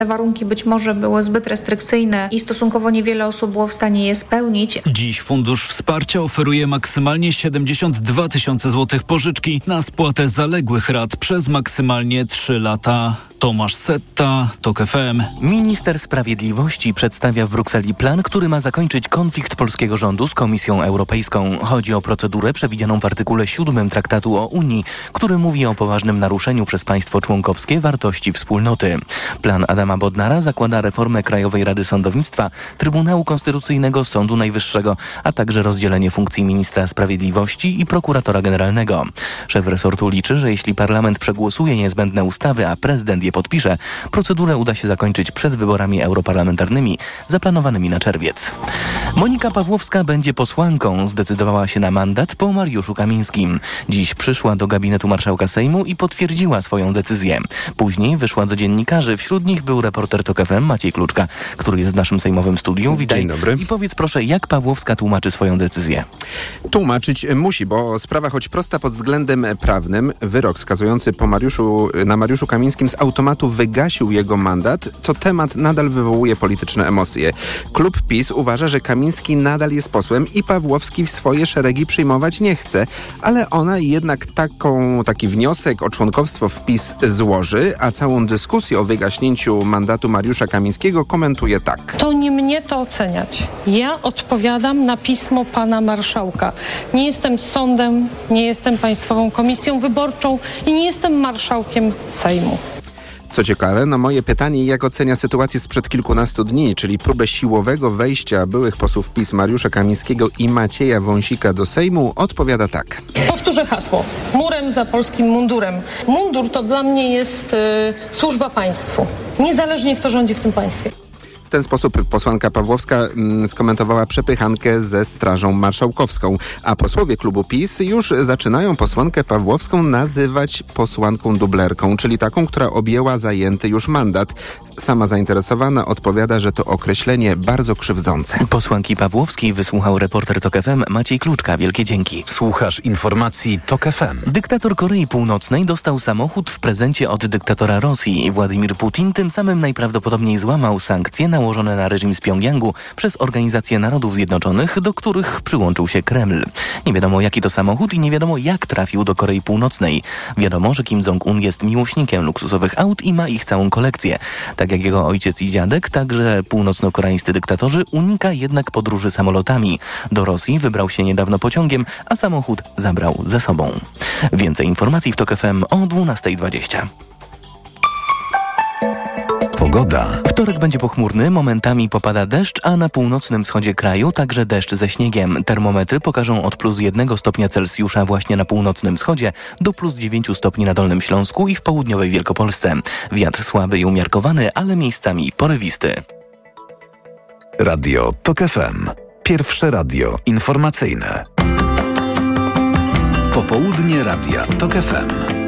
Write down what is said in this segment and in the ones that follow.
Warunki być może były zbyt restrykcyjne i stosunkowo niewiele osób było w stanie je spełnić. Dziś Fundusz Wsparcia oferuje maksymalnie 72 tysiące złotych pożyczki na spłatę zaległych rat przez maksymalnie 3 lata. Tomasz Setta, TOK FM. Minister Sprawiedliwości przedstawia w Brukseli plan, który ma zakończyć konflikt polskiego rządu z Komisją Europejską. Chodzi o procedurę przewidzianą w artykule 7 Traktatu o Unii, który mówi o poważnym naruszeniu przez państwo członkowskie wartości wspólnoty. Plan Adama Bodnara zakłada reformę Krajowej Rady Sądownictwa, Trybunału Konstytucyjnego, Sądu Najwyższego, a także rozdzielenie funkcji ministra sprawiedliwości i prokuratora generalnego. Szef resortu liczy, że jeśli parlament przegłosuje niezbędne ustawy, a prezydent je podpisze, procedurę uda się zakończyć przed wyborami europarlamentarnymi zaplanowanymi na czerwiec. Monika Pawłowska będzie posłanką. Zdecydowała się na mandat po Mariuszu Kamińskim. Dziś przyszła do gabinetu marszałka Sejmu i potwierdziła swoją decyzję. Później wyszła do dziennikarzy. Wśród nich był reporter TOK FM Maciej Kluczka, który jest w naszym sejmowym studiu. Witaj. Dzień dobry. I powiedz proszę, jak Pawłowska tłumaczy swoją decyzję? Tłumaczyć musi, bo sprawa, choć prosta pod względem prawnym, wyrok skazujący na Mariuszu Kamińskim z automatu wygasił jego mandat, to temat nadal wywołuje polityczne emocje. Klub PiS uważa, że Kamiński nadal jest posłem i Pawłowski w swoje szeregi przyjmować nie chce, ale ona jednak taki wniosek o członkowstwo w PiS złoży, a całą dyskusję o wygaśnięciu mandatu Mariusza Kamińskiego komentuje tak. To nie mnie to oceniać. Ja odpowiadam na pismo pana marszałka. Nie jestem sądem, nie jestem Państwową Komisją Wyborczą i nie jestem marszałkiem Sejmu. Co ciekawe, na moje pytanie, jak ocenia sytuację sprzed kilkunastu dni, czyli próbę siłowego wejścia byłych posłów PiS Mariusza Kamińskiego i Macieja Wąsika do Sejmu, odpowiada tak. Powtórzę hasło. Murem za polskim mundurem. Mundur to dla mnie jest służba państwu. Niezależnie kto rządzi w tym państwie. W ten sposób posłanka Pawłowska skomentowała przepychankę ze Strażą Marszałkowską, a posłowie klubu PiS już zaczynają posłankę Pawłowską nazywać posłanką dublerką, czyli taką, która objęła zajęty już mandat. Sama zainteresowana odpowiada, że to określenie bardzo krzywdzące. Posłanki Pawłowskiej wysłuchał reporter TOK FM Maciej Kluczka. Wielkie dzięki. Słuchasz informacji TOK FM. Dyktator Korei Północnej dostał samochód w prezencie od dyktatora Rosji. Władimir Putin tym samym najprawdopodobniej złamał sankcje nałożone na reżim z Pjongjangu przez Organizację Narodów Zjednoczonych, do których przyłączył się Kreml. Nie wiadomo, jaki to samochód i nie wiadomo, jak trafił do Korei Północnej. Wiadomo, że Kim Jong-un jest miłośnikiem luksusowych aut i ma ich całą kolekcję. Tak jak jego ojciec i dziadek, także północno-koreańscy dyktatorzy unika jednak podróży samolotami. Do Rosji wybrał się niedawno pociągiem, a samochód zabrał ze sobą. Więcej informacji w TOK FM o 12:20. Pogoda. Wtorek będzie pochmurny, momentami popada deszcz, a na północnym wschodzie kraju także deszcz ze śniegiem. Termometry pokażą od +1 stopnia Celsjusza właśnie na północnym wschodzie do +9 stopni na Dolnym Śląsku i w południowej Wielkopolsce. Wiatr słaby i umiarkowany, ale miejscami porywisty. Radio TOK FM. Pierwsze radio informacyjne. Popołudnie Radia TOK FM.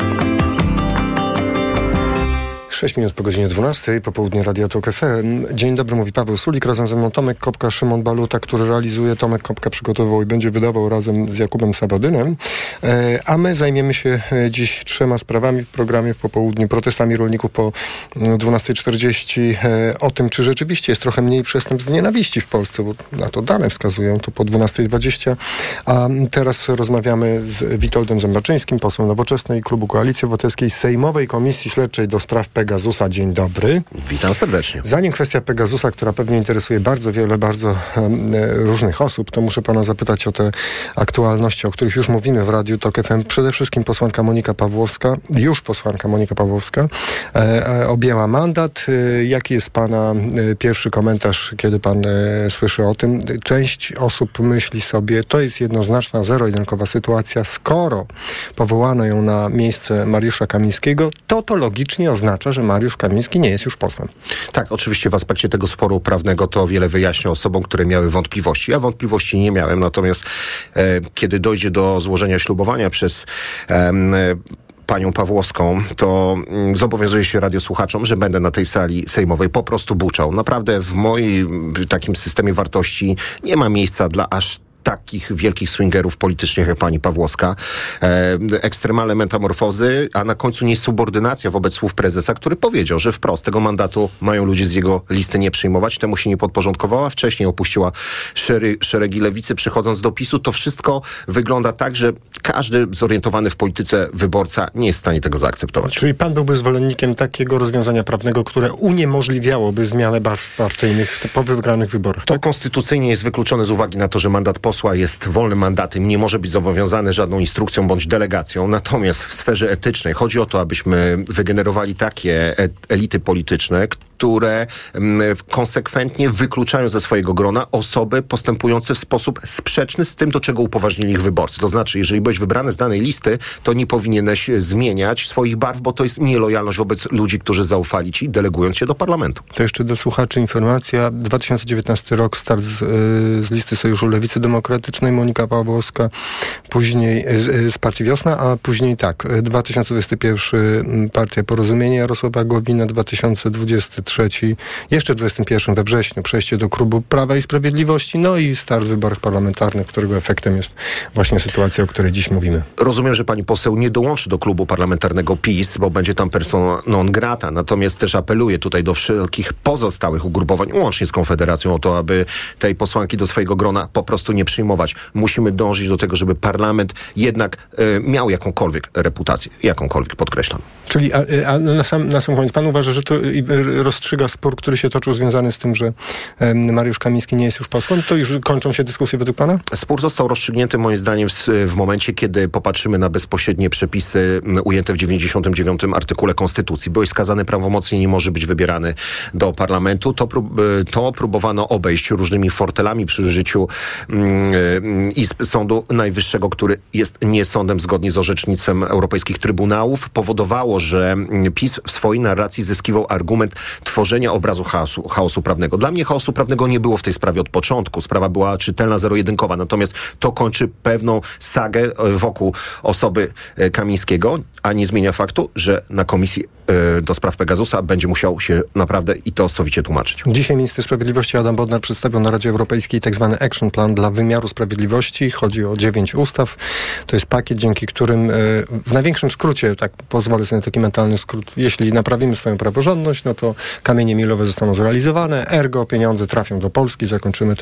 6 minut po godzinie 12, popołudnie Radia TOK FM. Dzień dobry, mówi Paweł Sulik, razem ze mną Tomek Kopka, Szymon Baluta, który realizuje. Tomek Kopka przygotowywał i będzie wydawał razem z Jakubem Sabadynem. A my zajmiemy się dziś 3 sprawami w programie w popołudniu. Protestami rolników po 12:40. O tym, czy rzeczywiście jest trochę mniej przestępstw z nienawiści w Polsce, bo na to dane wskazują, to po 12:20. A teraz rozmawiamy z Witoldem Zembaczyńskim, posłem Nowoczesnej, Klubu Koalicji Obywatelskiej, Sejmowej Komisji Śledczej do spraw Pegasusa. Dzień dobry. Witam serdecznie. Zanim kwestia Pegasusa, która pewnie interesuje bardzo wiele, bardzo różnych osób, to muszę pana zapytać o te aktualności, o których już mówimy w Radiu TOK FM. Przede wszystkim posłanka Monika Pawłowska objęła mandat. Jaki jest pana pierwszy komentarz, kiedy pan słyszy o tym? Część osób myśli sobie, to jest jednoznaczna, zero-jedynkowa sytuacja. Skoro powołano ją na miejsce Mariusza Kamińskiego, to logicznie oznacza, że Mariusz Kamiński nie jest już posłem. Tak, oczywiście w aspekcie tego sporu prawnego to wiele wyjaśnia osobom, które miały wątpliwości. Ja wątpliwości nie miałem, natomiast kiedy dojdzie do złożenia ślubowania przez panią Pawłowską, to zobowiązuję się radiosłuchaczom, że będę na tej sali sejmowej po prostu buczał. Naprawdę w moim takim systemie wartości nie ma miejsca dla aż takich wielkich swingerów politycznych jak pani Pawłowska. Ekstremalne metamorfozy, a na końcu niesubordynacja wobec słów prezesa, który powiedział, że wprost tego mandatu mają ludzie z jego listy nie przyjmować. Temu się nie podporządkowała. Wcześniej opuściła szeregi lewicy, przychodząc do PiS-u. To wszystko wygląda tak, że każdy zorientowany w polityce wyborca nie jest w stanie tego zaakceptować. Czyli pan byłby zwolennikiem takiego rozwiązania prawnego, które uniemożliwiałoby zmianę barw partyjnych po wygranych wyborach? To konstytucyjnie jest wykluczone z uwagi na to, że mandat posła jest wolnym mandatem, nie może być zobowiązany żadną instrukcją bądź delegacją. Natomiast w sferze etycznej chodzi o to, abyśmy wygenerowali takie elity polityczne, które konsekwentnie wykluczają ze swojego grona osoby postępujące w sposób sprzeczny z tym, do czego upoważnili ich wyborcy. To znaczy, jeżeli byłeś wybrany z danej listy, to nie powinieneś zmieniać swoich barw, bo to jest nielojalność wobec ludzi, którzy zaufali ci, delegując się do parlamentu. To jeszcze do słuchaczy informacja. 2019 rok, start z listy Sojuszu Lewicy Demokratycznej, Monika Pawłowska, później z partii Wiosna, a później 2021 Partia Porozumienie Jarosława Gowina, 2023 jeszcze w 2021 we wrześniu przejście do klubu Prawa i Sprawiedliwości, no i start w wyborach parlamentarnych, którego efektem jest właśnie sytuacja, o której dziś mówimy. Rozumiem, że pani poseł nie dołączy do klubu parlamentarnego PiS, bo będzie tam persona non grata, natomiast też apeluję tutaj do wszelkich pozostałych ugrupowań, łącznie z Konfederacją, o to, aby tej posłanki do swojego grona po prostu nie przyjmować. Musimy dążyć do tego, żeby parlament jednak miał jakąkolwiek reputację, jakąkolwiek, podkreślam. Czyli na sam koniec pan uważa, że to rozstrzyga spór, który się toczył związany z tym, że Mariusz Kamiński nie jest już posłem? To już kończą się dyskusje według pana? Spór został rozstrzygnięty moim zdaniem w momencie, kiedy popatrzymy na bezpośrednie przepisy ujęte w 99 artykule Konstytucji. Byłeś skazany prawomocnie, nie może być wybierany do parlamentu. To próbowano obejść różnymi fortelami przy użyciu Izb Sądu Najwyższego, który jest nie sądem zgodnie z orzecznictwem europejskich trybunałów. Powodowało, że PiS w swojej narracji zyskiwał argument tworzenia obrazu chaosu prawnego. Dla mnie chaosu prawnego nie było w tej sprawie od początku. Sprawa była czytelna, zero-jedynkowa. Natomiast to kończy pewną sagę wokół osoby Kamińskiego, a nie zmienia faktu, że na komisji do spraw Pegasusa będzie musiał się naprawdę i to sowicie tłumaczyć. Dzisiaj minister sprawiedliwości Adam Bodnar przedstawił na Radzie Europejskiej tzw. action plan dla wymiaru sprawiedliwości. Chodzi o 9 ustaw. To jest pakiet, dzięki którym w największym skrócie, tak pozwolę sobie na taki mentalny skrót, jeśli naprawimy swoją praworządność, no to kamienie milowe zostaną zrealizowane, ergo pieniądze trafią do Polski, zakończymy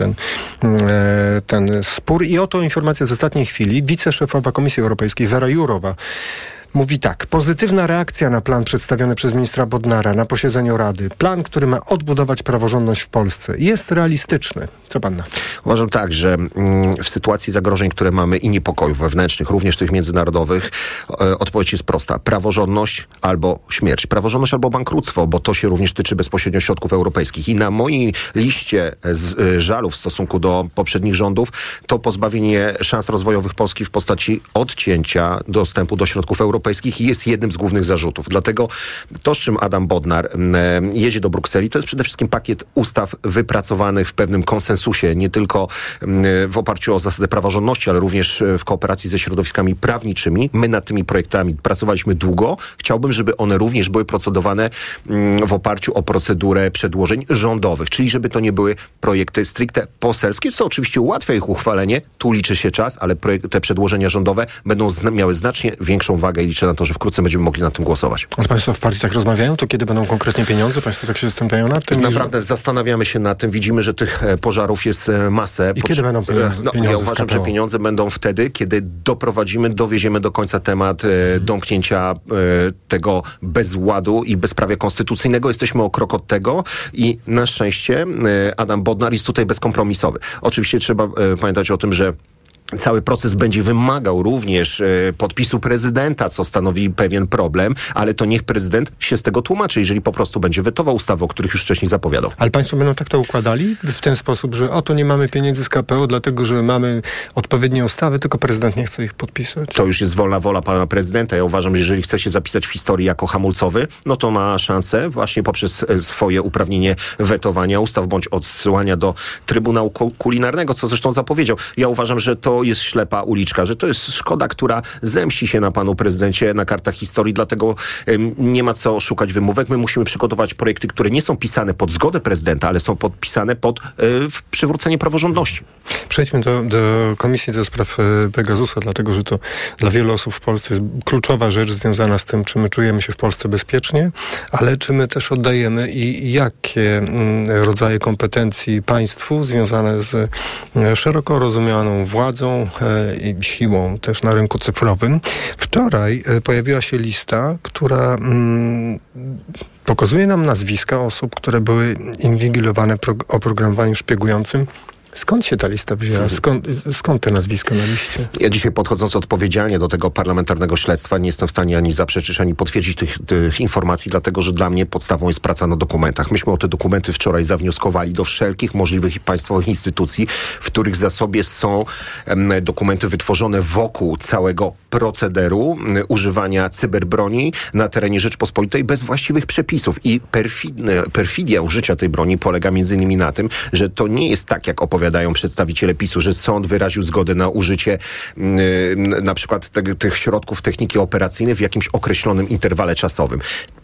ten spór. I oto informacja z ostatniej chwili. Wiceszefowa Komisji Europejskiej Vera Jourová mówi tak. Pozytywna reakcja na plan przedstawiony przez ministra Bodnara na posiedzeniu Rady. Plan, który ma odbudować praworządność w Polsce. Jest realistyczny. Co pan na to? Uważam tak, że w sytuacji zagrożeń, które mamy i niepokojów wewnętrznych, również tych międzynarodowych, odpowiedź jest prosta. Praworządność albo śmierć. Praworządność albo bankructwo, bo to się również tyczy bezpośrednio środków europejskich. I na mojej liście żalów w stosunku do poprzednich rządów to pozbawienie szans rozwojowych Polski w postaci odcięcia dostępu do środków europejskich jest jednym z głównych zarzutów. Dlatego to, z czym Adam Bodnar jedzie do Brukseli, to jest przede wszystkim pakiet ustaw wypracowanych w pewnym konsensusie, nie tylko w oparciu o zasadę praworządności, ale również w kooperacji ze środowiskami prawniczymi. My nad tymi projektami pracowaliśmy długo. Chciałbym, żeby one również były procedowane w oparciu o procedurę przedłożeń rządowych, czyli żeby to nie były projekty stricte poselskie, co oczywiście ułatwia ich uchwalenie. Tu liczy się czas, ale te przedłożenia rządowe będą miały znacznie większą wagę i liczę na to, że wkrótce będziemy mogli nad tym głosować. A państwo w partii tak rozmawiają? To kiedy będą konkretnie pieniądze? Państwo tak się zastanawiają nad tym? Naprawdę zastanawiamy się nad tym. Widzimy, że tych pożarów jest masę. I kiedy będą pieniądze? Ja uważam, że pieniądze będą wtedy, kiedy dowieziemy do końca temat domknięcia tego bezładu i bezprawia konstytucyjnego. Jesteśmy o krok od tego i na szczęście Adam Bodnar jest tutaj bezkompromisowy. Oczywiście trzeba pamiętać o tym, że cały proces będzie wymagał również podpisu prezydenta, co stanowi pewien problem, ale to niech prezydent się z tego tłumaczy, jeżeli po prostu będzie wetował ustawy, o których już wcześniej zapowiadał. Ale państwo będą tak to układali? W ten sposób, że oto nie mamy pieniędzy z KPO, dlatego że mamy odpowiednie ustawy, tylko prezydent nie chce ich podpisać? To już jest wolna wola pana prezydenta. Ja uważam, że jeżeli chce się zapisać w historii jako hamulcowy, no to ma szansę właśnie poprzez swoje uprawnienie wetowania ustaw bądź odsyłania do Trybunału Kulinarnego, co zresztą zapowiedział. Ja uważam, że to to jest ślepa uliczka, że to jest szkoda, która zemści się na panu prezydencie na kartach historii, dlatego nie ma co szukać wymówek. My musimy przygotować projekty, które nie są pisane pod zgodę prezydenta, ale są podpisane pod przywrócenie praworządności. Przejdźmy do Komisji do Spraw Pegasusa, dlatego że to dla wielu osób w Polsce jest kluczowa rzecz związana z tym, czy my czujemy się w Polsce bezpiecznie, ale czy my też oddajemy i jakie rodzaje kompetencji państwu związane z szeroko rozumianą władzą i siłą też na rynku cyfrowym. Wczoraj pojawiła się lista, która pokazuje nam nazwiska osób, które były inwigilowane oprogramowaniem szpiegującym. Skąd się ta lista wzięła? Skąd te nazwiska na liście? Ja dzisiaj, podchodząc odpowiedzialnie do tego parlamentarnego śledztwa, nie jestem w stanie ani zaprzeczyć, ani potwierdzić tych informacji, dlatego że dla mnie podstawą jest praca na dokumentach. Myśmy o te dokumenty wczoraj zawnioskowali do wszelkich możliwych państwowych instytucji, w których zasobie są dokumenty wytworzone wokół całego procederu używania cyberbroni na terenie Rzeczpospolitej bez właściwych przepisów. I perfidia użycia tej broni polega między innymi na tym, że to nie jest tak, jak opowiadają przedstawiciele PiS-u, że sąd wyraził zgodę na użycie na przykład tych środków techniki operacyjnej w jakimś określonym interwale czasowym.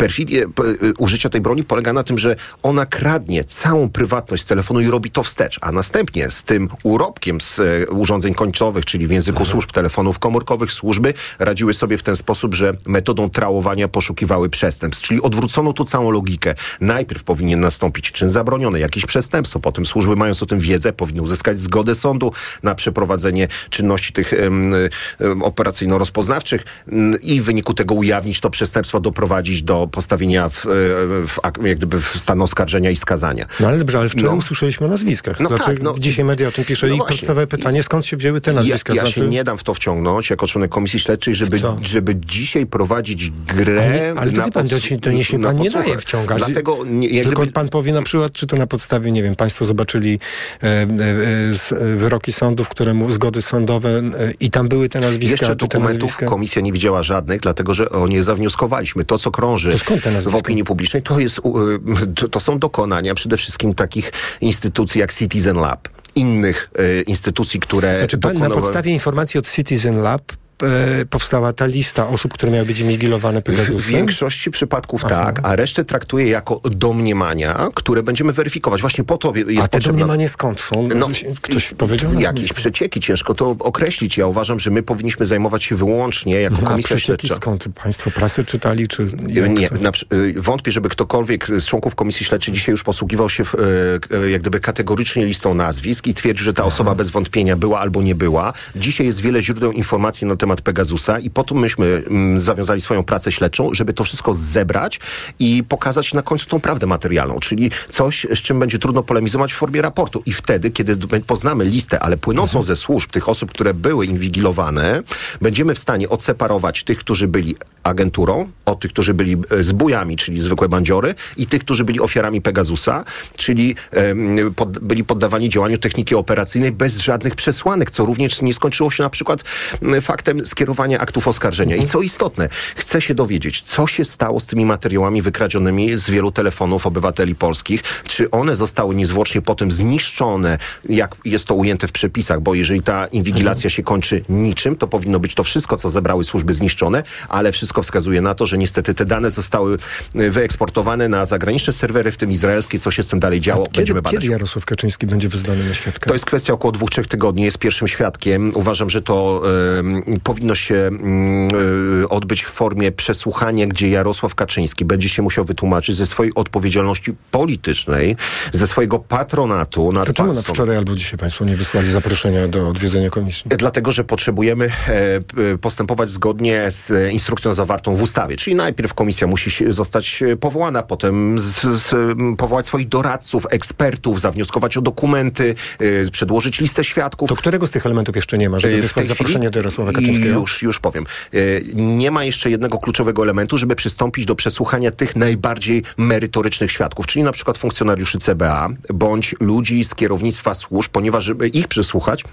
Użycia tej broni polega na tym, że ona kradnie całą prywatność z telefonu i robi to wstecz, a następnie z tym urobkiem z urządzeń końcowych, czyli w języku służb telefonów komórkowych, służby radziły sobie w ten sposób, że metodą trałowania poszukiwały przestępstw, czyli odwrócono tu całą logikę. Najpierw powinien nastąpić czyn zabroniony, jakieś przestępstwo, potem służby, mając o tym wiedzę, powinny uzyskać zgodę sądu na przeprowadzenie czynności tych operacyjno-rozpoznawczych i w wyniku tego ujawnić to przestępstwo, doprowadzić do postawienia jak gdyby w stan oskarżenia i skazania. No ale dobrze, ale wczoraj usłyszeliśmy o nazwiskach. Dzisiaj media o tym pisze i podstawowe pytanie, skąd się wzięły te nazwiska? Ja się nie dam w to wciągnąć jako członek Komisji Śledczej, żeby dzisiaj prowadzić grę ale to nie się pan nie daje wciągać. Dlatego tylko pan powie na przykład, czy to na podstawie, nie wiem, państwo zobaczyli wyroki sądów, które zgody sądowe i tam były te nazwiska. Jeszcze dokumentów komisja nie widziała żadnych, dlatego że o nie zawnioskowaliśmy. To, co krąży w opinii publicznej, to są dokonania przede wszystkim takich instytucji jak Citizen Lab, innych instytucji, które... Znaczy, na podstawie informacji od Citizen Lab powstała ta lista osób, które miały być inwigilowane Pegasusem? W większości przypadków tak, a resztę traktuję jako domniemania, które będziemy weryfikować. Właśnie po to jest potrzebne... A te domniemania skąd są? Ktoś powiedział? Jakieś przecieki, ciężko to określić. Ja uważam, że my powinniśmy zajmować się wyłącznie jako Komisja Śledcza. Skąd? Państwo prasę czytali? Czy nie, wątpię, żeby ktokolwiek z członków Komisji Śledczej dzisiaj już posługiwał się jak gdyby kategorycznie listą nazwisk i twierdził, że ta osoba bez wątpienia była albo nie była. Dzisiaj jest wiele źródeł informacji na temat Pegasusa i po to myśmy zawiązali swoją pracę śledczą, żeby to wszystko zebrać i pokazać na końcu tą prawdę materialną, czyli coś, z czym będzie trudno polemizować w formie raportu. I wtedy, kiedy poznamy listę, ale płynącą ze służb tych osób, które były inwigilowane, będziemy w stanie odseparować tych, którzy byli agenturą, od tych, którzy byli zbójami, czyli zwykłe bandziory i tych, którzy byli ofiarami Pegasusa, czyli byli poddawani działaniu techniki operacyjnej bez żadnych przesłanek, co również nie skończyło się na przykład faktem skierowania aktów oskarżenia. I co istotne, chcę się dowiedzieć, co się stało z tymi materiałami wykradzionymi z wielu telefonów obywateli polskich. Czy one zostały niezwłocznie potem zniszczone, jak jest to ujęte w przepisach, bo jeżeli ta inwigilacja się kończy niczym, to powinno być to wszystko, co zebrały służby, zniszczone, ale wszystko wskazuje na to, że niestety te dane zostały wyeksportowane na zagraniczne serwery, w tym izraelskie. Co się z tym dalej działo, będziemy badać. Kiedy Jarosław Kaczyński będzie wyznany na świadka? To jest kwestia około 2-3 tygodni. Jest pierwszym świadkiem. Uważam, że to powinno się odbyć w formie przesłuchania, gdzie Jarosław Kaczyński będzie się musiał wytłumaczyć ze swojej odpowiedzialności politycznej, ze swojego patronatu nad państwem. Czemu na wczoraj albo dzisiaj państwo nie wysłali zaproszenia do odwiedzenia komisji? Dlatego, że potrzebujemy postępować zgodnie z instrukcją zawartą w ustawie. Czyli najpierw komisja musi zostać powołana, potem powołać swoich doradców, ekspertów, zawnioskować o dokumenty, przedłożyć listę świadków. To którego z tych elementów jeszcze nie ma, żeby wysłać zaproszenie do Jarosława Kaczyńskiego? Już powiem. Nie ma jeszcze jednego kluczowego elementu, żeby przystąpić do przesłuchania tych najbardziej merytorycznych świadków, czyli na przykład funkcjonariuszy CBA, bądź ludzi z kierownictwa służb, ponieważ żeby ich przesłuchać,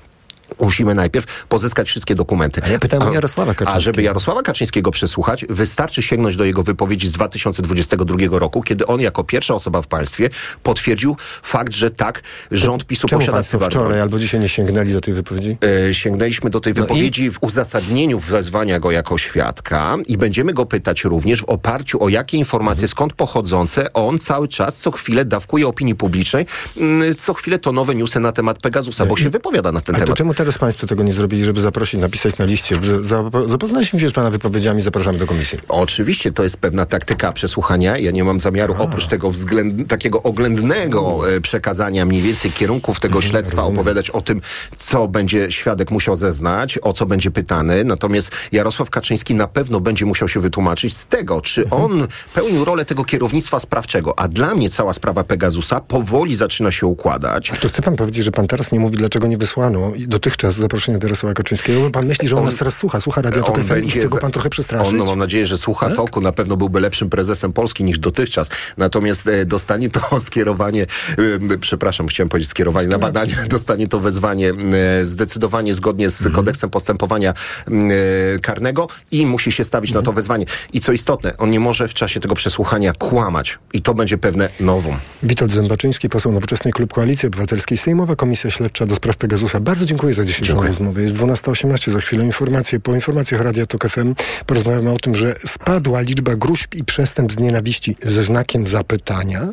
Musimy najpierw pozyskać wszystkie dokumenty. A ja pytałem o Jarosława Kaczyńskiego. A żeby Jarosława Kaczyńskiego przesłuchać, wystarczy sięgnąć do jego wypowiedzi z 2022 roku, kiedy on jako pierwsza osoba w państwie potwierdził fakt, że tak, rząd PiS-u Czemu posiada państwo wczoraj albo dzisiaj nie sięgnęli do tej wypowiedzi? Sięgnęliśmy do tej wypowiedzi w uzasadnieniu wezwania go jako świadka i będziemy go pytać również w oparciu o jakie informacje, skąd pochodzące on cały czas, co chwilę dawkuje opinii publicznej, co chwilę to nowe newsy na temat Pegasusa, bo się wypowiada na ten temat. To czemu teraz państwo tego nie zrobili, żeby zaprosić, napisać na liście? Zapoznaliśmy się z pana wypowiedziami, zapraszamy do komisji. Oczywiście to jest pewna taktyka przesłuchania. Ja nie mam zamiaru oprócz tego takiego oględnego przekazania mniej więcej kierunków tego śledztwa opowiadać o tym, co będzie świadek musiał zeznać, o co będzie pytany. Natomiast Jarosław Kaczyński na pewno będzie musiał się wytłumaczyć z tego, czy on pełnił rolę tego kierownictwa sprawczego. A dla mnie cała sprawa Pegasusa powoli zaczyna się układać. To chce pan powiedzieć, że pan teraz nie mówi, dlaczego nie wysłano dotychczas zaproszenia do Jarosława Kaczyńskiego, bo pan myśli, że on nas teraz słucha Radia Tok FM i chce go pan trochę przestraszyć? Mam nadzieję, że słucha Toku, na pewno byłby lepszym prezesem Polski niż dotychczas. Natomiast dostanie to skierowanie, chciałem powiedzieć skierowanie na badania, dostanie to wezwanie zdecydowanie zgodnie z kodeksem postępowania karnego i musi się stawić na to wezwanie. I co istotne, on nie może w czasie tego przesłuchania kłamać. I to będzie pewne novum. Witold Zębaczyński, poseł Nowoczesnej, Klub Koalicji Obywatelskiej, Sejmowa Komisja Śledcza do spraw Pegasusa. Bardzo dziękuję za dzisiejszą rozmowę. Jest 12:18, za chwilę informacje. Po informacjach Radia Tok FM porozmawiamy o tym, że spadła liczba gróźb i przestępstw z nienawiści ze znakiem zapytania.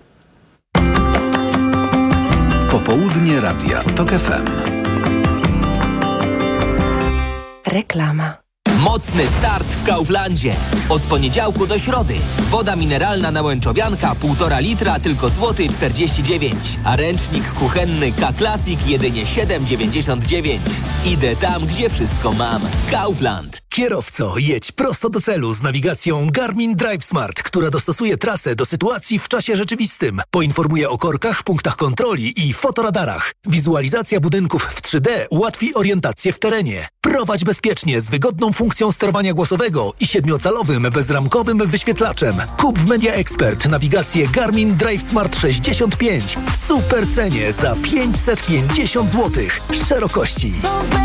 Popołudnie Radia Tok FM. Reklama. Mocny start w Kauflandzie. Od poniedziałku do środy. Woda mineralna Nałęczowianka 1,5 litra tylko złoty 49. A ręcznik kuchenny K-Classic jedynie 7,99. Idę tam, gdzie wszystko mam. Kaufland. Kierowco, jedź prosto do celu z nawigacją Garmin Drive Smart, która dostosuje trasę do sytuacji w czasie rzeczywistym. Poinformuje o korkach, punktach kontroli i fotoradarach. Wizualizacja budynków w 3D ułatwi orientację w terenie. Prowadź bezpiecznie z wygodną funkcją sterowania głosowego i 7-calowym bezramkowym wyświetlaczem. Kup w Media Expert nawigację Garmin Drive Smart 65 w super cenie za 550 zł. Szerokości.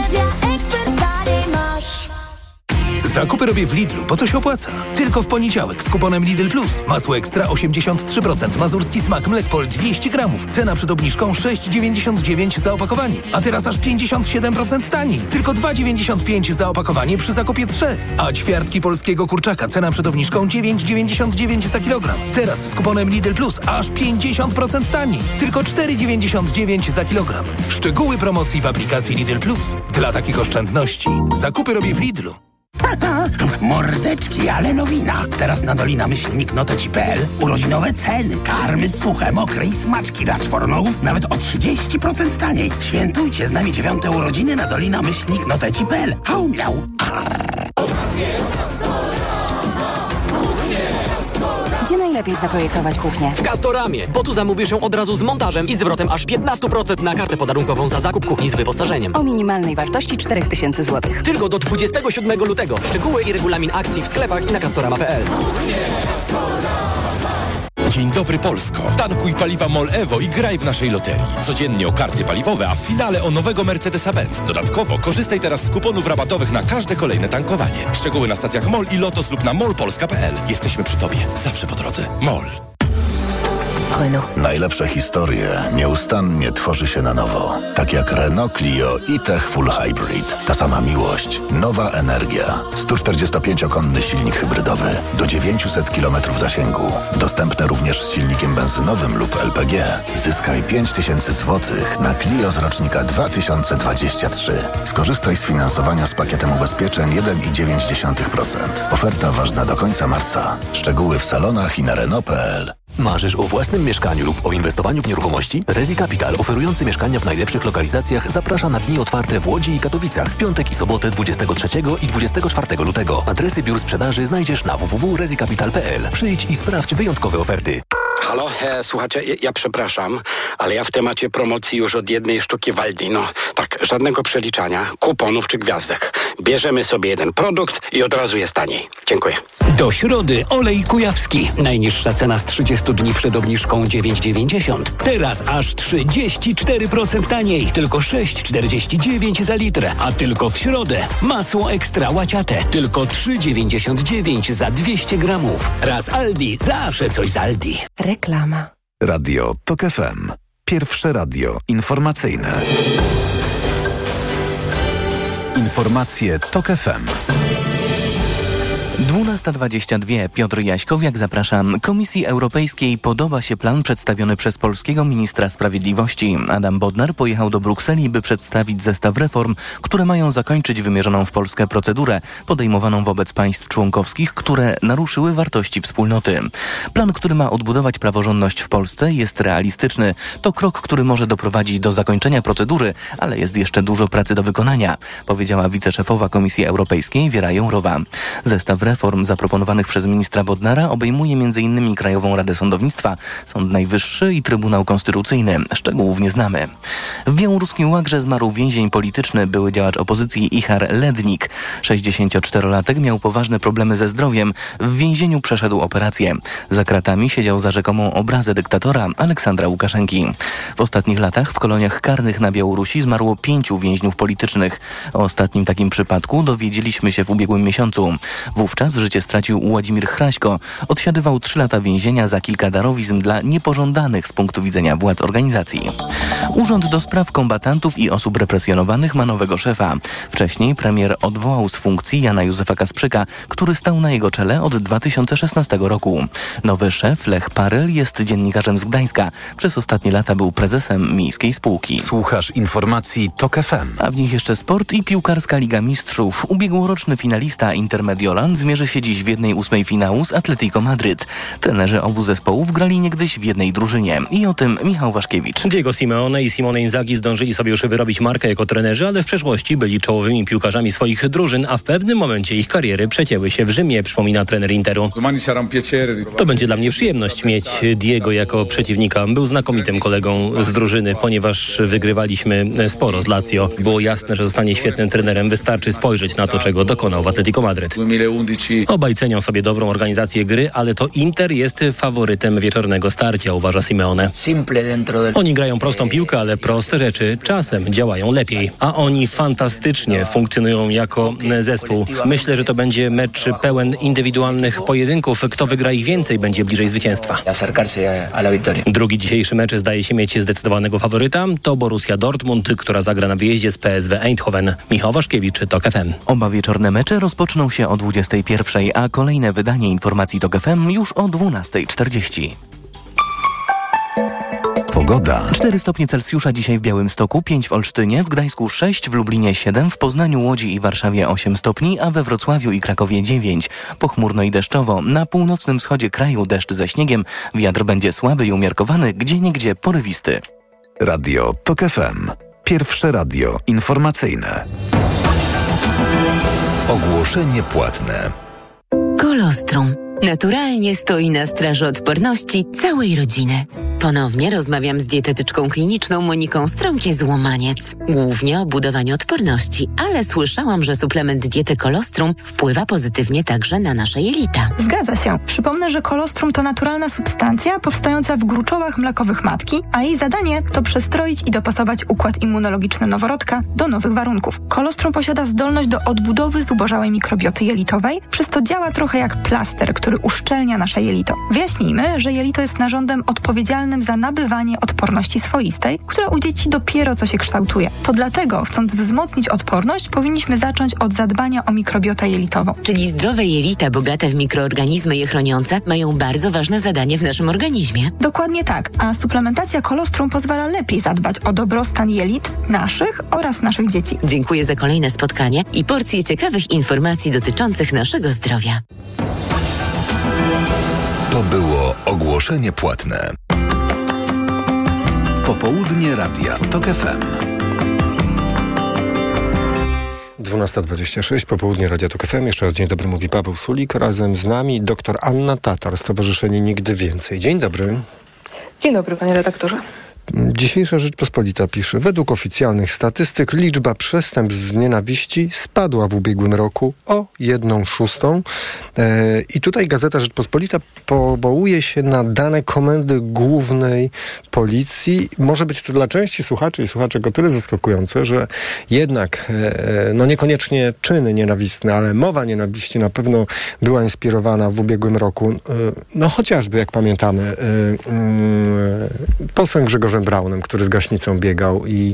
Zakupy robię w Lidlu, bo to się opłaca. Tylko w poniedziałek z kuponem Lidl Plus. Masło ekstra 83%, mazurski smak Mlekpol 200 gramów. Cena przed obniżką 6,99 za opakowanie. A teraz aż 57% taniej. Tylko 2,95 za opakowanie przy zakupie 3. A ćwiartki polskiego kurczaka. Cena przed obniżką 9,99 za kilogram. Teraz z kuponem Lidl Plus aż 50% taniej. Tylko 4,99 za kilogram. Szczegóły promocji w aplikacji Lidl Plus. Dla takich oszczędności zakupy robię w Lidlu. Mordeczki, ale nowina. Teraz na dolina-noteci.pl urodzinowe ceny. Karmy suche, mokre i smaczki dla czworonogów nawet o 30% taniej. Świętujcie z nami 9. urodziny na dolina-noteci.pl. Hał miał. Gdzie najlepiej zaprojektować kuchnię? W Castoramie, bo tu zamówisz ją od razu z montażem i zwrotem aż 15% na kartę podarunkową za zakup kuchni z wyposażeniem. O minimalnej wartości 4000 zł. Tylko do 27 lutego. Szczegóły i regulamin akcji w sklepach i na castorama.pl. Dzień dobry Polsko. Tankuj paliwa MOL Evo i graj w naszej loterii. Codziennie o karty paliwowe, a w finale o nowego Mercedesa-Benz. Dodatkowo korzystaj teraz z kuponów rabatowych na każde kolejne tankowanie. Szczegóły na stacjach MOL i Lotos lub na molpolska.pl. Jesteśmy przy Tobie. Zawsze po drodze. MOL. Renault. Najlepsze historie nieustannie tworzy się na nowo. Tak jak Renault Clio e-Tech Full Hybrid. Ta sama miłość. Nowa energia. 145-konny silnik hybrydowy. Do 900 km zasięgu. Dostępne również z silnikiem benzynowym lub LPG. Zyskaj 5000 zł na Clio z rocznika 2023. Skorzystaj z finansowania z pakietem ubezpieczeń 1,9%. Oferta ważna do końca marca. Szczegóły w salonach i na Renault.pl. Marzysz o własnym mieszkaniu lub o inwestowaniu w nieruchomości? Resi Capital, oferujący mieszkania w najlepszych lokalizacjach, zaprasza na dni otwarte w Łodzi i Katowicach w piątek i sobotę 23 i 24 lutego. Adresy biur sprzedaży znajdziesz na www.resicapital.pl. Przyjdź i sprawdź wyjątkowe oferty. Halo, słuchajcie, ja przepraszam, ale ja w temacie promocji już od jednej sztuki waldi. No tak, żadnego przeliczania, kuponów czy gwiazdek. bierzemy sobie jeden produkt i od razu jest taniej. Dziękuję. Do środy olej kujawski. Najniższa cena z 30 dni przed obniżką 9,90. Teraz aż 34% taniej. Tylko 6,49 za litr. A tylko w środę masło ekstra łaciate. Tylko 3,99 za 200 gramów. Raz Aldi, zawsze coś z Aldi. Reklama. Radio TOK FM. Pierwsze radio informacyjne. Informacje TOK FM. 12:22. Piotr Jaśkowiak, zapraszam. Komisji Europejskiej podoba się plan przedstawiony przez polskiego ministra sprawiedliwości. Adam Bodnar pojechał do Brukseli, by przedstawić zestaw reform, które mają zakończyć wymierzoną w Polskę procedurę podejmowaną wobec państw członkowskich, które naruszyły wartości wspólnoty. Plan, który ma odbudować praworządność w Polsce, jest realistyczny. To krok, który może doprowadzić do zakończenia procedury, ale jest jeszcze dużo pracy do wykonania, powiedziała wiceszefowa Komisji Europejskiej Wiera Jourowa. Zestaw reform zaproponowanych przez ministra Bodnara obejmuje m.in. Krajową Radę Sądownictwa, Sąd Najwyższy i Trybunał Konstytucyjny. Szczegółów nie znamy. W białoruskim Łagrze zmarł więzień polityczny, były działacz opozycji Ichar Lednik. 64-latek miał poważne problemy ze zdrowiem. W więzieniu przeszedł operację. Za kratami siedział za rzekomą obrazę dyktatora Aleksandra Łukaszenki. W ostatnich latach w koloniach karnych na Białorusi zmarło 5 więźniów politycznych. O ostatnim takim przypadku dowiedzieliśmy się w ubiegłym miesiącu. Wówczas życie stracił Władimir Hraśko. Odsiadywał 3 lata więzienia za kilka darowizn dla niepożądanych z punktu widzenia władz organizacji. Urząd do Spraw Kombatantów i Osób Represjonowanych ma nowego szefa. Wcześniej premier odwołał z funkcji Jana Józefa Kasprzyka, który stał na jego czele od 2016 roku. Nowy szef Lech Paryl jest dziennikarzem z Gdańska. Przez ostatnie lata był prezesem miejskiej spółki. Słuchasz informacji TOK FM. A w nich jeszcze sport i piłkarska Liga Mistrzów. Ubiegłoroczny finalista Inter Mediolan zmierzy się dziś w 1/8 finału z Atletico Madryt. Trenerzy obu zespołów grali niegdyś w jednej drużynie. I o tym Michał Waszkiewicz. Diego Simeone i Simone Inzaghi zdążyli sobie już wyrobić markę jako trenerzy, ale w przeszłości byli czołowymi piłkarzami swoich drużyn, a w pewnym momencie ich kariery przecięły się w Rzymie, przypomina trener Interu. To będzie dla mnie przyjemność mieć Diego jako przeciwnika. Był znakomitym kolegą z drużyny, ponieważ wygrywaliśmy sporo z Lazio. Było jasne, że zostanie świetnym trenerem. Wystarczy spojrzeć na to, czego dokonał w Atletico Madryt. Obaj cenią sobie dobrą organizację gry, ale to Inter jest faworytem wieczornego starcia, uważa Simeone. Oni grają prostą piłkę, ale proste rzeczy czasem działają lepiej. A oni fantastycznie funkcjonują jako zespół. Myślę, że to będzie mecz pełen indywidualnych pojedynków. Kto wygra ich więcej, będzie bliżej zwycięstwa. Drugi dzisiejszy mecz zdaje się mieć zdecydowanego faworyta. To Borussia Dortmund, która zagra na wyjeździe z PSV Eindhoven. Michał Waszkiewicz, TOK FM. Oba wieczorne mecze rozpoczną się o 21:00, a kolejne wydanie informacji TOK FM już o 12:40. Pogoda. 4 stopnie Celsjusza dzisiaj w Białymstoku, 5 w Olsztynie, w Gdańsku 6, w Lublinie 7, w Poznaniu, Łodzi i Warszawie 8 stopni, a we Wrocławiu i Krakowie 9. Pochmurno i deszczowo. Na północnym wschodzie kraju deszcz ze śniegiem. Wiatr będzie słaby i umiarkowany, gdzieniegdzie porywisty. Radio TOK FM. Pierwsze radio informacyjne. Ogłoszenie płatne. Kolostrum. Naturalnie stoi na straży odporności całej rodziny. Ponownie rozmawiam z dietetyczką kliniczną Moniką Strąkie-Złomaniec. Głównie o budowaniu odporności, ale słyszałam, że suplement diety Kolostrum wpływa pozytywnie także na nasze jelita. Zgadza się. Przypomnę, że kolostrum to naturalna substancja powstająca w gruczołach mlekowych matki, a jej zadanie to przestroić i dopasować układ immunologiczny noworodka do nowych warunków. Kolostrum posiada zdolność do odbudowy zubożałej mikrobioty jelitowej, przez to działa trochę jak plaster, który uszczelnia nasze jelito. Wyjaśnijmy, że jelito jest narządem odpowiedzialnym za nabywanie odporności swoistej, która u dzieci dopiero co się kształtuje. To dlatego, chcąc wzmocnić odporność, powinniśmy zacząć od zadbania o mikrobiotę jelitową. Czyli zdrowe jelita bogate w mikroorganizmy je chroniące mają bardzo ważne zadanie w naszym organizmie. Dokładnie tak, a suplementacja kolostrum pozwala lepiej zadbać o dobrostan jelit naszych oraz naszych dzieci. Dziękuję za kolejne spotkanie i porcję ciekawych informacji dotyczących naszego zdrowia. To było ogłoszenie płatne. Popołudnie Radia TOK FM. 12:26, popołudnie Radia TOK FM. Jeszcze raz dzień dobry, mówi Paweł Sulik. Razem z nami dr Anna Tatar, Stowarzyszenie Nigdy Więcej. Dzień dobry. Dzień dobry, panie redaktorze. Dzisiejsza Rzeczpospolita pisze, według oficjalnych statystyk liczba przestępstw z nienawiści spadła w ubiegłym roku o 1/6. I tutaj Gazeta Rzeczpospolita powołuje się na dane Komendy Głównej Policji. Może być to dla części słuchaczy i słuchaczek o tyle zaskakujące, że jednak niekoniecznie czyny nienawistne, ale mowa nienawiści na pewno była inspirowana w ubiegłym roku, chociażby, jak pamiętamy, posłem Grzegorzem Braunem, który z gaśnicą biegał i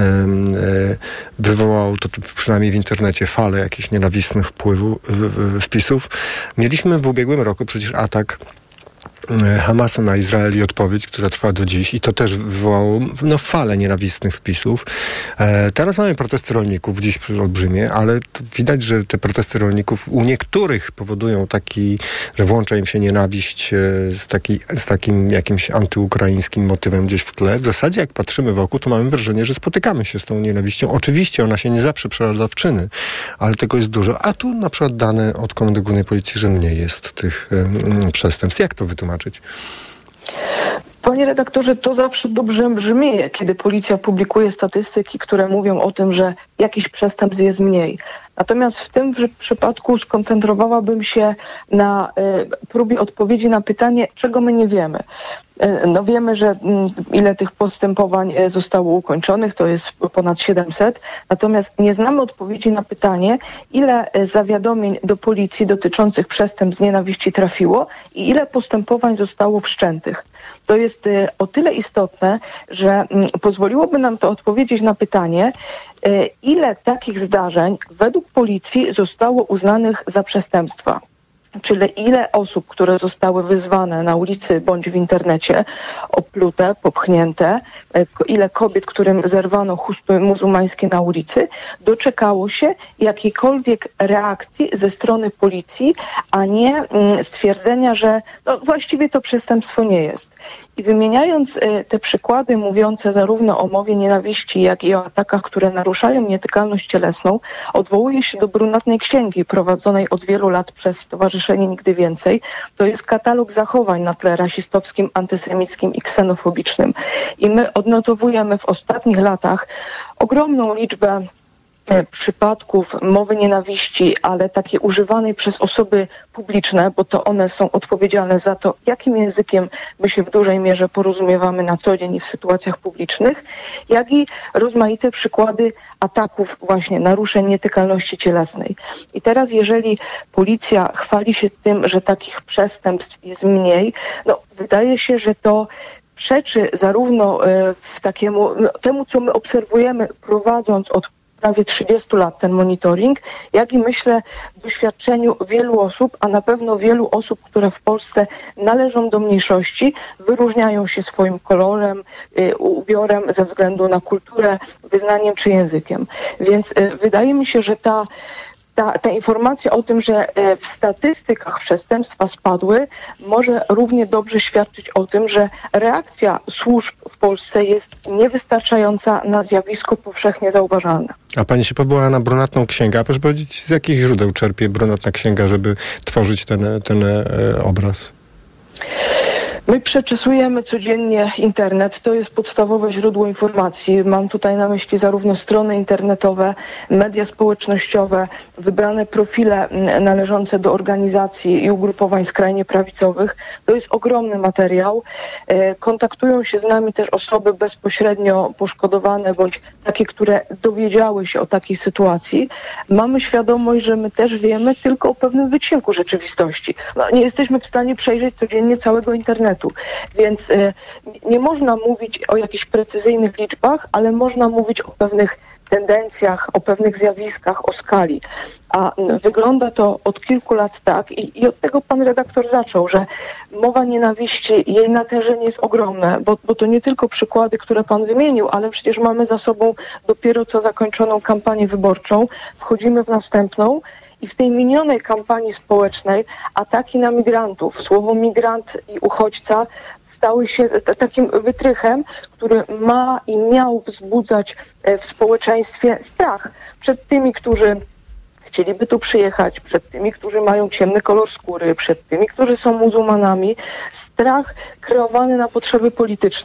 wywołał to przynajmniej w internecie falę jakichś nienawistnych wpisów. Mieliśmy w ubiegłym roku przecież atak Hamasu na Izrael i odpowiedź, która trwa do dziś i to też wywołało falę nienawistnych wpisów. Teraz mamy protesty rolników, dziś olbrzymie, ale widać, że te rolników u niektórych powodują że włącza im się nienawiść z takim jakimś antyukraińskim motywem gdzieś w tle. W zasadzie jak patrzymy wokół, to mamy wrażenie, że spotykamy się z tą nienawiścią. Oczywiście ona się nie zawsze przeradza w czyny, ale tego jest dużo. A tu na przykład dane od Komendy Głównej Policji, że mniej jest tych przestępstw. Jak to wytłumaczyć? Panie redaktorze, to zawsze dobrze brzmi, kiedy policja publikuje statystyki, które mówią o tym, że jakiś przestępstw jest mniej. Natomiast w tym przypadku skoncentrowałabym się na próbie odpowiedzi na pytanie, czego my nie wiemy. Wiemy, że ile tych postępowań zostało ukończonych, to jest ponad 700, natomiast nie znamy odpowiedzi na pytanie, ile zawiadomień do policji dotyczących przestępstw z nienawiści trafiło i ile postępowań zostało wszczętych. To jest o tyle istotne, że pozwoliłoby nam to odpowiedzieć na pytanie, ile takich zdarzeń według policji zostało uznanych za przestępstwa. Czyli ile osób, które zostały wyzwane na ulicy bądź w internecie, oplute, popchnięte, ile kobiet, którym zerwano chusty muzułmańskie na ulicy, doczekało się jakiejkolwiek reakcji ze strony policji, a nie stwierdzenia, że właściwie to przestępstwo nie jest. I wymieniając te przykłady mówiące zarówno o mowie nienawiści, jak i o atakach, które naruszają nietykalność cielesną, odwołuję się do brunatnej księgi prowadzonej od wielu lat przez Stowarzyszenie Nigdy Więcej. To jest katalog zachowań na tle rasistowskim, antysemickim i ksenofobicznym. I my odnotowujemy w ostatnich latach ogromną liczbę przypadków mowy nienawiści, ale takiej używanej przez osoby publiczne, bo to one są odpowiedzialne za to, jakim językiem my się w dużej mierze porozumiewamy na co dzień i w sytuacjach publicznych, jak i rozmaite przykłady ataków, właśnie naruszeń nietykalności cielesnej. I teraz, jeżeli policja chwali się tym, że takich przestępstw jest mniej, wydaje się, że to przeczy zarówno temu, co my obserwujemy, prowadząc od prawie 30 lat ten monitoring, jak i myślę doświadczeniu wielu osób, a na pewno wielu osób, które w Polsce należą do mniejszości, wyróżniają się swoim kolorem, ubiorem ze względu na kulturę, wyznaniem czy językiem. Więc wydaje mi się, że ta informacja o tym, że w statystykach przestępstwa spadły, może równie dobrze świadczyć o tym, że reakcja służb w Polsce jest niewystarczająca na zjawisko powszechnie zauważalne. A pani się powołała na brunatną księgę. A proszę powiedzieć, z jakich źródeł czerpie brunatna księga, żeby tworzyć ten obraz? My przeczesujemy codziennie internet. To jest podstawowe źródło informacji. Mam tutaj na myśli zarówno strony internetowe, media społecznościowe, wybrane profile należące do organizacji i ugrupowań skrajnie prawicowych. To jest ogromny materiał. Kontaktują się z nami też osoby bezpośrednio poszkodowane bądź takie, które dowiedziały się o takiej sytuacji. Mamy świadomość, że my też wiemy tylko o pewnym wycinku rzeczywistości. Nie jesteśmy w stanie przejrzeć codziennie całego internetu. Więc nie można mówić o jakichś precyzyjnych liczbach, ale można mówić o pewnych tendencjach, o pewnych zjawiskach, o skali. A wygląda to od kilku lat tak i od tego pan redaktor zaczął, że mowa nienawiści, jej natężenie jest ogromne, bo to nie tylko przykłady, które pan wymienił, ale przecież mamy za sobą dopiero co zakończoną kampanię wyborczą, wchodzimy w następną. I w tej minionej kampanii społecznej ataki na migrantów, słowo migrant i uchodźca stały się takim wytrychem, który ma i miał wzbudzać w społeczeństwie strach przed tymi, którzy chcieliby tu przyjechać, przed tymi, którzy mają ciemny kolor skóry, przed tymi, którzy są muzułmanami. Strach kreowany na potrzeby polityczne.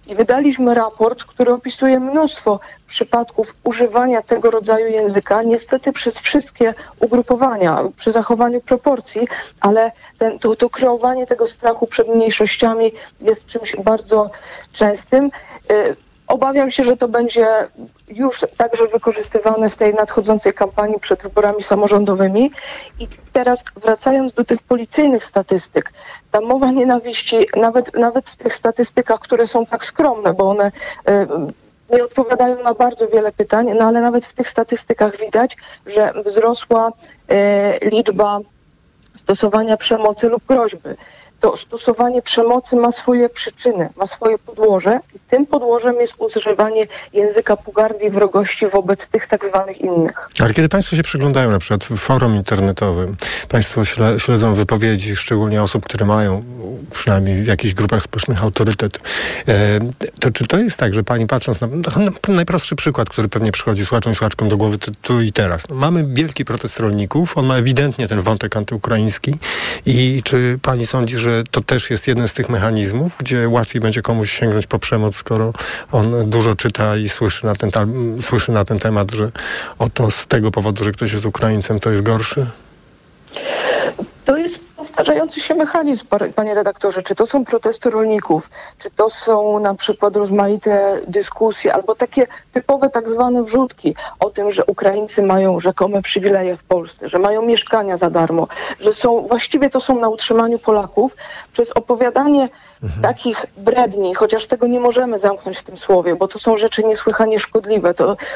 I wydaliśmy raport, który opisuje mnóstwo przypadków używania tego rodzaju języka, niestety przez wszystkie ugrupowania, przy zachowaniu proporcji, ale to kreowanie tego strachu przed mniejszościami jest czymś bardzo częstym. Obawiam się, że to będzie już także wykorzystywane w tej nadchodzącej kampanii przed wyborami samorządowymi. I teraz wracając do tych policyjnych statystyk, ta mowa nienawiści, nawet w tych statystykach, które są tak skromne, bo one nie odpowiadają na bardzo wiele pytań, no ale nawet w tych statystykach widać, że wzrosła liczba stosowania przemocy lub groźby. To stosowanie przemocy ma swoje przyczyny, ma swoje podłoże i tym podłożem jest używanie języka pogardy i wrogości wobec tych tak zwanych innych. Ale kiedy Państwo się przyglądają na przykład w forum internetowym, Państwo śledzą wypowiedzi, szczególnie osób, które mają przynajmniej w jakichś grupach społecznych autorytet, to czy to jest tak, że Pani patrząc na najprostszy przykład, który pewnie przychodzi słuchaczom i słuchaczkom do głowy tu i teraz. No, mamy wielki protest rolników, on ma ewidentnie ten wątek antyukraiński i czy Pani sądzi, że to też jest jeden z tych mechanizmów, gdzie łatwiej będzie komuś sięgnąć po przemoc, skoro on dużo czyta i słyszy na ten temat, że oto z tego powodu, że ktoś jest Ukraińcem, to jest gorszy? To jest powtarzający się mechanizm, panie redaktorze. Czy to są protesty rolników, czy to są na przykład rozmaite dyskusje, albo takie typowe tak zwane wrzutki o tym, że Ukraińcy mają rzekome przywileje w Polsce, że mają mieszkania za darmo, że właściwie to są na utrzymaniu Polaków przez opowiadanie takich bredni, chociaż tego nie możemy zamknąć w tym słowie, bo to są rzeczy niesłychanie szkodliwe.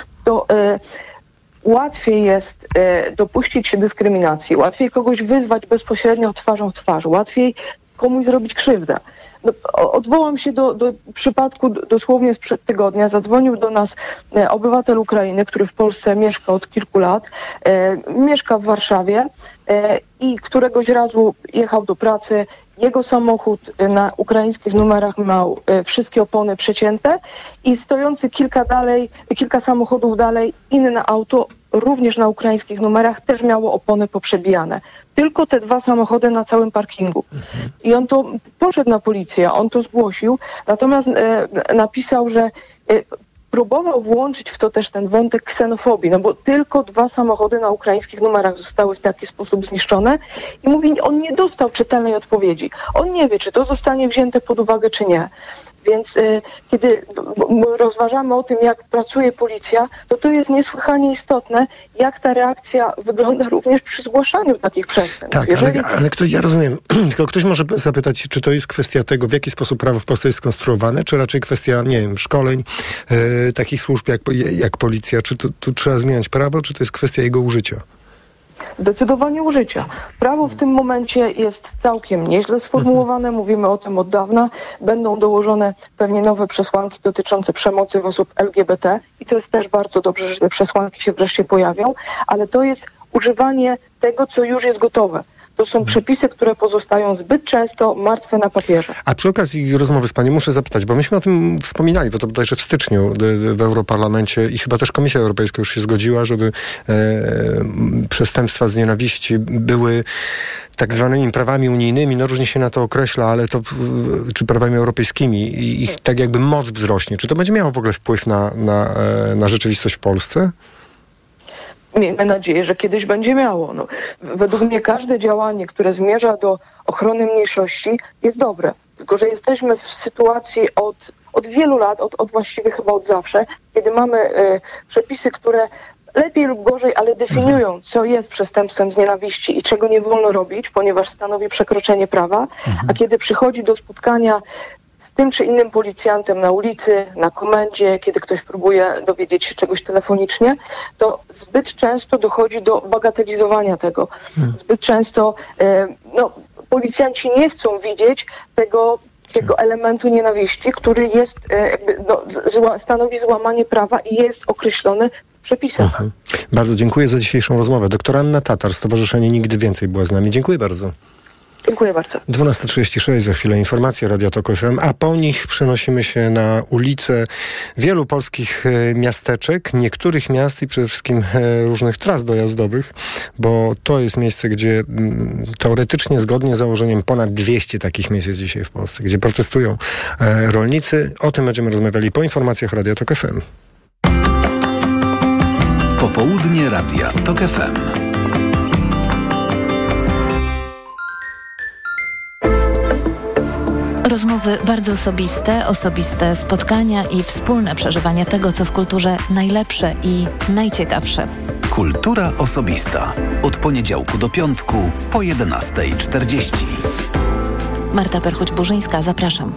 Łatwiej jest dopuścić się dyskryminacji, łatwiej kogoś wyzwać bezpośrednio twarzą w twarz, łatwiej komuś zrobić krzywdę. Odwołam się do przypadku dosłownie sprzed tygodnia. Zadzwonił do nas obywatel Ukrainy, który w Polsce mieszka od kilku lat, mieszka w Warszawie i któregoś razu jechał do pracy. Jego samochód na ukraińskich numerach miał wszystkie opony przecięte i stojący kilka samochodów dalej inne auto, również na ukraińskich numerach, też miało opony poprzebijane. Tylko te 2 samochody na całym parkingu. I on to poszedł na policję, on to zgłosił, natomiast napisał, że próbował włączyć w to też ten wątek ksenofobii, no bo tylko 2 samochody na ukraińskich numerach zostały w taki sposób zniszczone i mówi, on nie dostał czytelnej odpowiedzi. On nie wie, czy to zostanie wzięte pod uwagę, czy nie. Więc kiedy rozważamy o tym, jak pracuje policja, to jest niesłychanie istotne, jak ta reakcja wygląda również przy zgłaszaniu takich przestępstw. Tak, ale ja rozumiem, tylko ktoś może zapytać, czy to jest kwestia tego, w jaki sposób prawo w Polsce jest skonstruowane, czy raczej kwestia, nie wiem, szkoleń takich służb jak policja, czy tu trzeba zmieniać prawo, czy to jest kwestia jego użycia? Zdecydowanie użycia. Prawo w tym momencie jest całkiem nieźle sformułowane, mówimy o tym od dawna. Będą dołożone pewnie nowe przesłanki dotyczące przemocy wobec LGBT i to jest też bardzo dobrze, że te przesłanki się wreszcie pojawią, ale to jest używanie tego, co już jest gotowe. To są przepisy, które pozostają zbyt często martwe na papierze. A przy okazji rozmowy z Panią muszę zapytać, bo myśmy o tym wspominali, bo to bodajże w styczniu w Europarlamencie i chyba też Komisja Europejska już się zgodziła, żeby przestępstwa z nienawiści były tak zwanymi prawami unijnymi, no różnie się na to określa, ale to czy prawami europejskimi i ich tak jakby moc wzrośnie. Czy to będzie miało w ogóle wpływ na rzeczywistość w Polsce? Miejmy nadzieję, że kiedyś będzie miało. No, według mnie każde działanie, które zmierza do ochrony mniejszości jest dobre. Tylko że jesteśmy w sytuacji od wielu lat, od właściwie chyba od zawsze, kiedy mamy przepisy, które lepiej lub gorzej, ale definiują, co jest przestępstwem z nienawiści i czego nie wolno robić, ponieważ stanowi przekroczenie prawa, a kiedy przychodzi do spotkania z tym czy innym policjantem na ulicy, na komendzie, kiedy ktoś próbuje dowiedzieć się czegoś telefonicznie, to zbyt często dochodzi do bagatelizowania tego. Zbyt często policjanci nie chcą widzieć tego elementu nienawiści, który jest stanowi złamanie prawa i jest określony w przepisach. Bardzo dziękuję za dzisiejszą rozmowę. Doktor Anna Tatar, Stowarzyszenie Nigdy Więcej była z nami. Dziękuję bardzo. Dziękuję bardzo. 12:36, za chwilę informacje Radia Tok FM, a po nich przenosimy się na ulice wielu polskich miasteczek, niektórych miast i przede wszystkim różnych tras dojazdowych, bo to jest miejsce, gdzie teoretycznie, zgodnie z założeniem, ponad 200 takich miejsc jest dzisiaj w Polsce, gdzie protestują rolnicy. O tym będziemy rozmawiali po informacjach Radia Tok FM. Popołudnie Radia Tok FM. Rozmowy bardzo osobiste spotkania i wspólne przeżywanie tego, co w kulturze najlepsze i najciekawsze. Kultura osobista. Od poniedziałku do piątku po 11:40. Marta Perchuć-Burzyńska, zapraszam.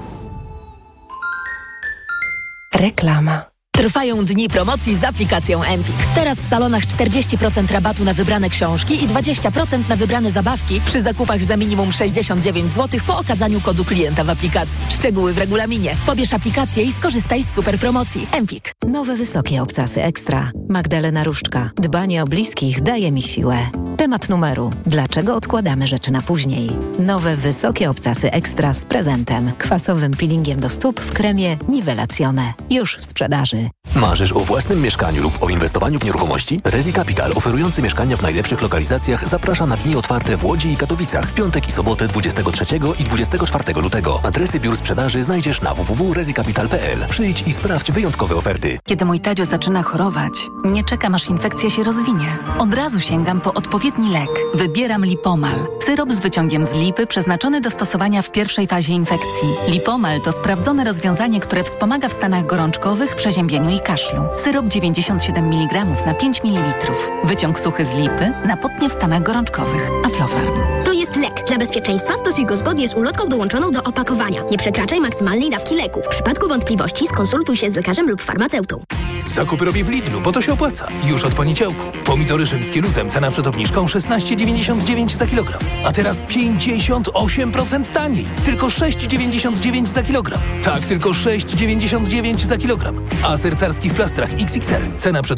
Reklama. Trwają dni promocji z aplikacją Empik. Teraz w salonach 40% rabatu na wybrane książki i 20% na wybrane zabawki przy zakupach za minimum 69 zł po okazaniu kodu klienta w aplikacji. Szczegóły w regulaminie. Pobierz aplikację i skorzystaj z super promocji. Empik. Nowe wysokie obcasy ekstra. Magdalena Różczka. Dbanie o bliskich daje mi siłę. Temat numeru. Dlaczego odkładamy rzeczy na później? Nowe wysokie obcasy ekstra z prezentem. Kwasowym peelingiem do stóp w kremie Nivelazione. Już w sprzedaży. Marzysz o własnym mieszkaniu lub o inwestowaniu w nieruchomości? Rezi Capital, oferujący mieszkania w najlepszych lokalizacjach, zaprasza na dni otwarte w Łodzi i Katowicach w piątek i sobotę 23 i 24 lutego. Adresy biur sprzedaży znajdziesz na www.rezicapital.pl. Przyjdź i sprawdź wyjątkowe oferty. Kiedy mój Tadzio zaczyna chorować, nie czekam, aż infekcja się rozwinie. Od razu sięgam po odpowiedni lek. Wybieram Lipomal. Syrop z wyciągiem z lipy przeznaczony do stosowania w pierwszej fazie infekcji. Lipomal to sprawdzone rozwiązanie, które wspomaga w stanach gorączkowych, przeziębieniu i kaszlu. Syrop 97 mg na 5 ml. Wyciąg suchy z lipy na potnie w stanach gorączkowych. Aflofarm. To jest lek. Dla bezpieczeństwa stosuj go zgodnie z ulotką dołączoną do opakowania. Nie przekraczaj maksymalnej dawki leku. W przypadku wątpliwości skonsultuj się z lekarzem lub farmaceutą. Zakupy robię w Lidlu, bo to się opłaca. Już od poniedziałku. Pomidory rzymskie luzem, cena przed obniżką 16,99 za kilogram. A teraz 58% taniej. Tylko 6,99 za kilogram. Tak, tylko 6,99 za kilogram. A ser carski w plastrach XXL, cena przed